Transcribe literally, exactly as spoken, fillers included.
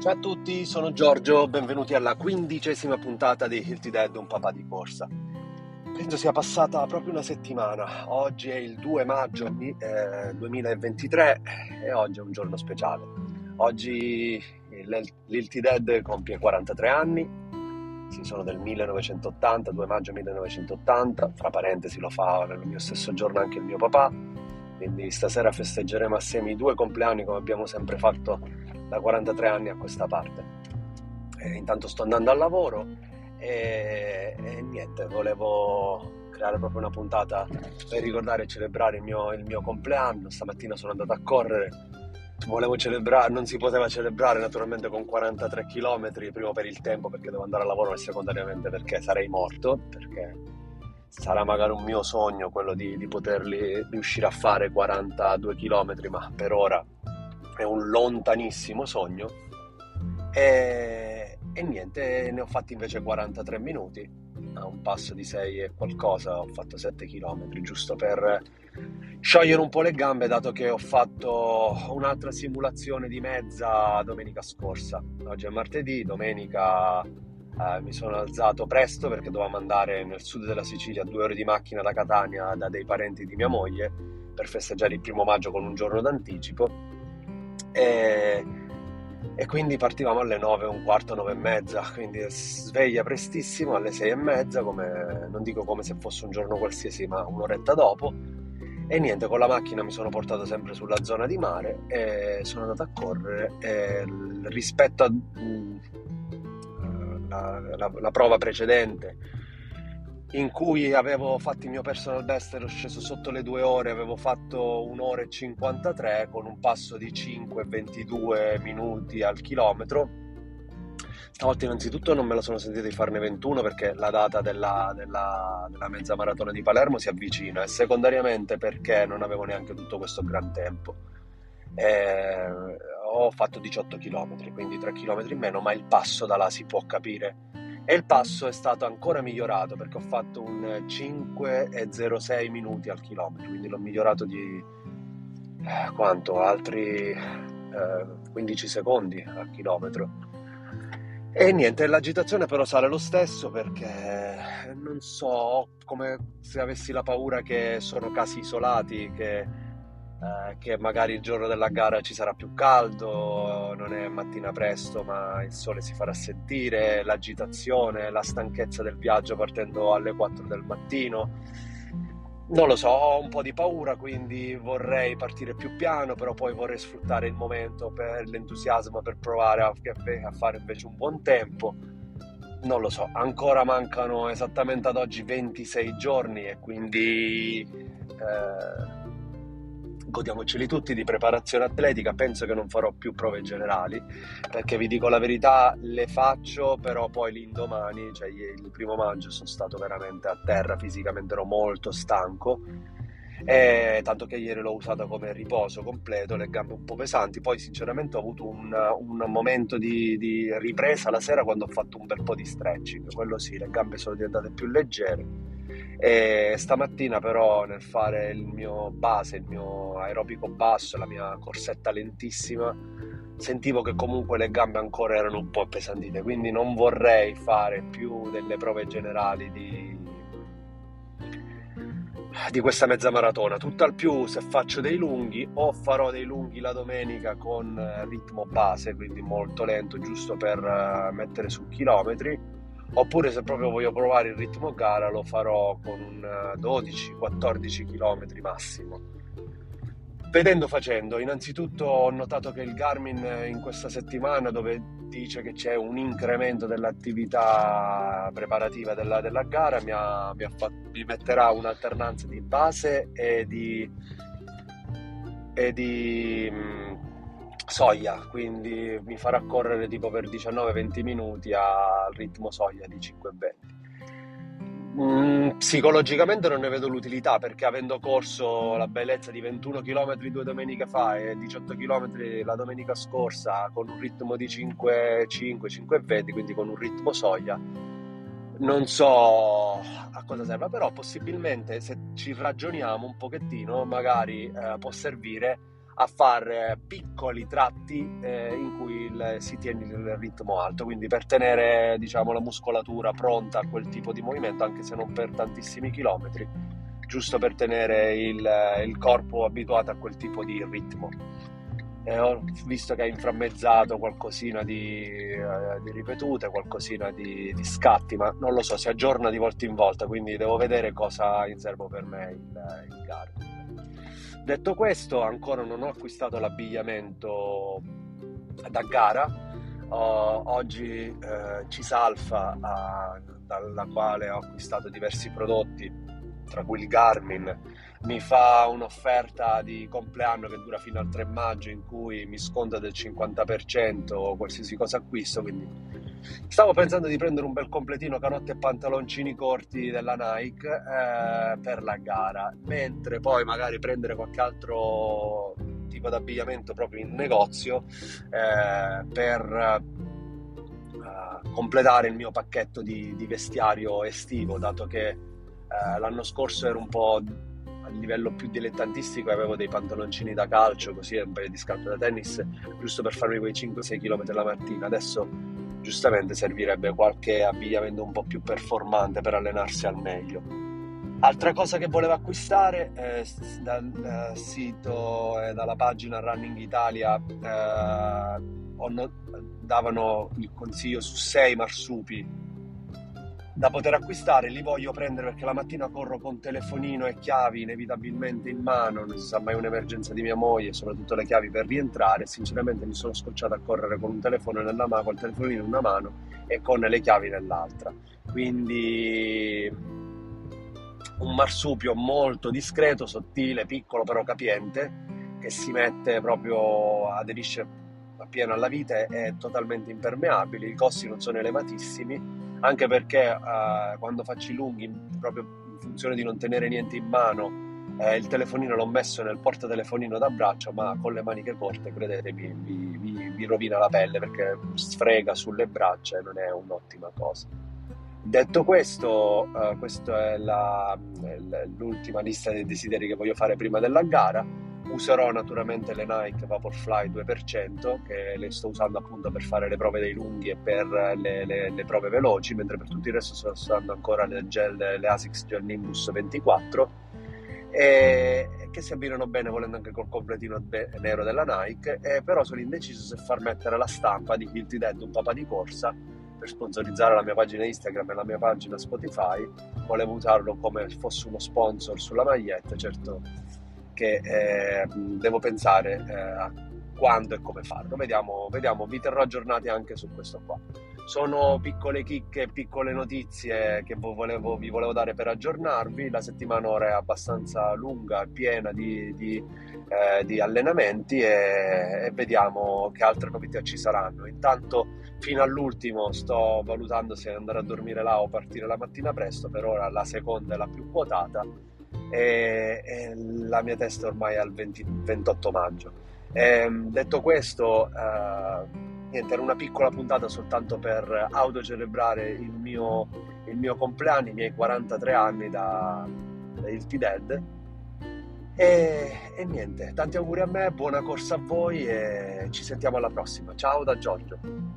Ciao a tutti, sono Giorgio, benvenuti alla quindicesima puntata di Healthy Dead, un papà di corsa. Penso sia passata proprio una settimana, oggi è il due maggio eh, duemilaventitré e oggi è un giorno speciale. Oggi l'Healthy Dead compie quarantatré anni, sì, sono del millenovecentottanta, due maggio millenovecentottanta, fra parentesi lo fa nel mio stesso giorno anche il mio papà, quindi stasera festeggeremo assieme i due compleanni come abbiamo sempre fatto da quarantatré anni a questa parte. E intanto sto andando al lavoro e, e niente, volevo creare proprio una puntata per ricordare e celebrare il mio, il mio compleanno. Stamattina sono andato a correre, volevo celebrare, non si poteva celebrare naturalmente con quarantatré chilometri, primo per il tempo perché devo andare al lavoro e secondariamente perché sarei morto, perché sarà magari un mio sogno quello di, di poterli riuscire a fare quarantadue chilometri, ma per ora è un lontanissimo sogno. E, e niente, ne ho fatti invece quarantatré minuti, a un passo di sei e qualcosa, ho fatto sette chilometri, giusto per sciogliere un po' le gambe, dato che ho fatto un'altra simulazione di mezza domenica scorsa. Oggi è martedì, domenica eh, mi sono alzato presto perché dovevamo andare nel sud della Sicilia, due ore di macchina da Catania, da dei parenti di mia moglie, per festeggiare il primo maggio con un giorno d'anticipo. E, e quindi partivamo alle nove, un quarto, nove e mezza, quindi sveglia prestissimo alle sei e mezza, come, non dico come se fosse un giorno qualsiasi, ma un'oretta dopo. E niente, con la macchina mi sono portato sempre sulla zona di mare e sono andato a correre e rispetto a mh, la, la, la prova precedente, in cui avevo fatto il mio personal best, ero sceso sotto le due ore, avevo fatto un'ora e cinquantatré con un passo di cinque e ventidue minuti al chilometro. Stavolta innanzitutto non me la sono sentita di farne ventuno perché la data della, della, della mezza maratona di Palermo si avvicina, e secondariamente perché non avevo neanche tutto questo gran tempo. Eh, ho fatto diciotto chilometri, quindi tre chilometri in meno, ma il passo da là si può capire. E il passo è stato ancora migliorato perché ho fatto un cinque e zero sei minuti al chilometro, quindi l'ho migliorato di eh, quanto? Altri eh, quindici secondi al chilometro. E niente, l'agitazione però sale lo stesso perché non so, come se avessi la paura che sono casi isolati, che, eh, che magari il giorno della gara ci sarà più caldo, non è mattina presto ma il sole si farà sentire, l'agitazione, la stanchezza del viaggio partendo alle quattro del mattino. Non lo so, ho un po' di paura, quindi vorrei partire più piano, però poi vorrei sfruttare il momento per l'entusiasmo, per provare a, a fare invece un buon tempo. Non lo so, ancora mancano esattamente ad oggi ventisei giorni e quindi eh, godiamoceli tutti di preparazione atletica. Penso che non farò più prove generali, perché vi dico la verità, le faccio, però poi l'indomani, cioè il primo maggio, sono stato veramente a terra, fisicamente ero molto stanco, e tanto che ieri l'ho usata come riposo completo, le gambe un po' pesanti. Poi sinceramente ho avuto un, un momento di, di ripresa la sera quando ho fatto un bel po' di stretching, quello sì, le gambe sono diventate più leggere. E stamattina però nel fare il mio base, il mio aerobico basso, la mia corsetta lentissima, sentivo che comunque le gambe ancora erano un po' appesantite, quindi non vorrei fare più delle prove generali di, di questa mezza maratona. Tutt'al più, se faccio dei lunghi, o farò dei lunghi la domenica con ritmo base, quindi molto lento, giusto per mettere su chilometri, oppure se proprio voglio provare il ritmo gara lo farò con un dodici quattordici chilometri massimo. Vedendo facendo, innanzitutto ho notato che il Garmin in questa settimana, dove dice che c'è un incremento dell'attività preparativa della, della gara, mi, ha, mi, ha fatto, mi metterà un'alternanza di base e di, e di mh, soglia, quindi mi farà correre tipo per diciannove venti minuti al ritmo soglia di cinque e venti. Mm, psicologicamente non ne vedo l'utilità, perché avendo corso la bellezza di ventuno chilometri due domeniche fa e diciotto chilometri la domenica scorsa con un ritmo di cinque cinque, cinque venti, quindi con un ritmo soglia, non so a cosa serva, però possibilmente se ci ragioniamo un pochettino magari eh, può servire a fare piccoli tratti eh, in cui il, si tiene il ritmo alto, quindi per tenere, diciamo, la muscolatura pronta a quel tipo di movimento, anche se non per tantissimi chilometri, giusto per tenere il, il corpo abituato a quel tipo di ritmo. E ho visto che hai inframmezzato qualcosina di, eh, di ripetute, qualcosina di, di scatti, ma non lo so, si aggiorna di volta in volta, quindi devo vedere cosa ha in serbo per me il, il Garmin. Detto questo, ancora non ho acquistato l'abbigliamento da gara. Uh, oggi uh, Cisalfa, uh, dalla quale ho acquistato diversi prodotti, tra cui il Garmin, mi fa un'offerta di compleanno che dura fino al tre maggio, in cui mi sconta del cinquanta per cento qualsiasi cosa acquisto, quindi stavo pensando di prendere un bel completino canotte e pantaloncini corti della Nike eh, per la gara, mentre poi magari prendere qualche altro tipo di abbigliamento proprio in negozio eh, per uh, completare il mio pacchetto di, di vestiario estivo, dato che uh, l'anno scorso ero un po' a livello più dilettantistico e avevo dei pantaloncini da calcio, così, e un paio di scarpe da tennis, giusto per farmi quei cinque sei chilometri la mattina. Adesso giustamente servirebbe qualche abbigliamento un po' più performante per allenarsi al meglio. Altra cosa che volevo acquistare eh, dal eh, sito e eh, dalla pagina Running Italia eh, no, davano il consiglio su sei marsupi da poter acquistare. Li voglio prendere perché la mattina corro con telefonino e chiavi inevitabilmente in mano, non si sa mai un'emergenza di mia moglie, soprattutto le chiavi per rientrare. Sinceramente mi sono scocciato a correre con un telefono nella mano, col telefonino in una mano e con le chiavi nell'altra, quindi un marsupio molto discreto, sottile, piccolo però capiente, che si mette proprio, aderisce appieno alla vite, è totalmente impermeabile. I costi non sono elevatissimi, anche perché eh, quando faccio i lunghi, proprio in funzione di non tenere niente in mano, eh, il telefonino l'ho messo nel portatelefonino da braccio, ma con le maniche corte, credetemi, vi, vi, vi rovina la pelle, perché sfrega sulle braccia e non è un'ottima cosa. Detto questo, eh, questa è la, l'ultima lista dei desideri che voglio fare prima della gara. Userò naturalmente le Nike Vaporfly due per cento, che le sto usando appunto per fare le prove dei lunghi e per le, le, le prove veloci, mentre per tutto il resto sto usando ancora le, gel, le Asics Gel Nimbus ventiquattro, e che si abbinano bene volendo anche col completino nero della Nike. E però sono indeciso se far mettere la stampa di Hilti Dead, un papà di corsa, per sponsorizzare la mia pagina Instagram e la mia pagina Spotify. Volevo usarlo come fosse uno sponsor sulla maglietta, certo che eh, devo pensare eh, a quando e come farlo. Vediamo, vediamo, vi terrò aggiornati anche su questo qua. Sono piccole chicche, piccole notizie che volevo, vi volevo dare per aggiornarvi. La settimana ora è abbastanza lunga, piena di, di, eh, di allenamenti, e, e vediamo che altre novità ci saranno. Intanto fino all'ultimo sto valutando se andare a dormire là o partire la mattina presto. Per ora la seconda è la più quotata, e, e la mia testa ormai è al venti, ventotto maggio. E, detto questo, eh, niente, era una piccola puntata soltanto per autocelebrare il mio, il mio compleanno, i miei quarantatré anni da, da Hilti Dead, e, e niente, tanti auguri a me, buona corsa a voi e ci sentiamo alla prossima. Ciao da Giorgio.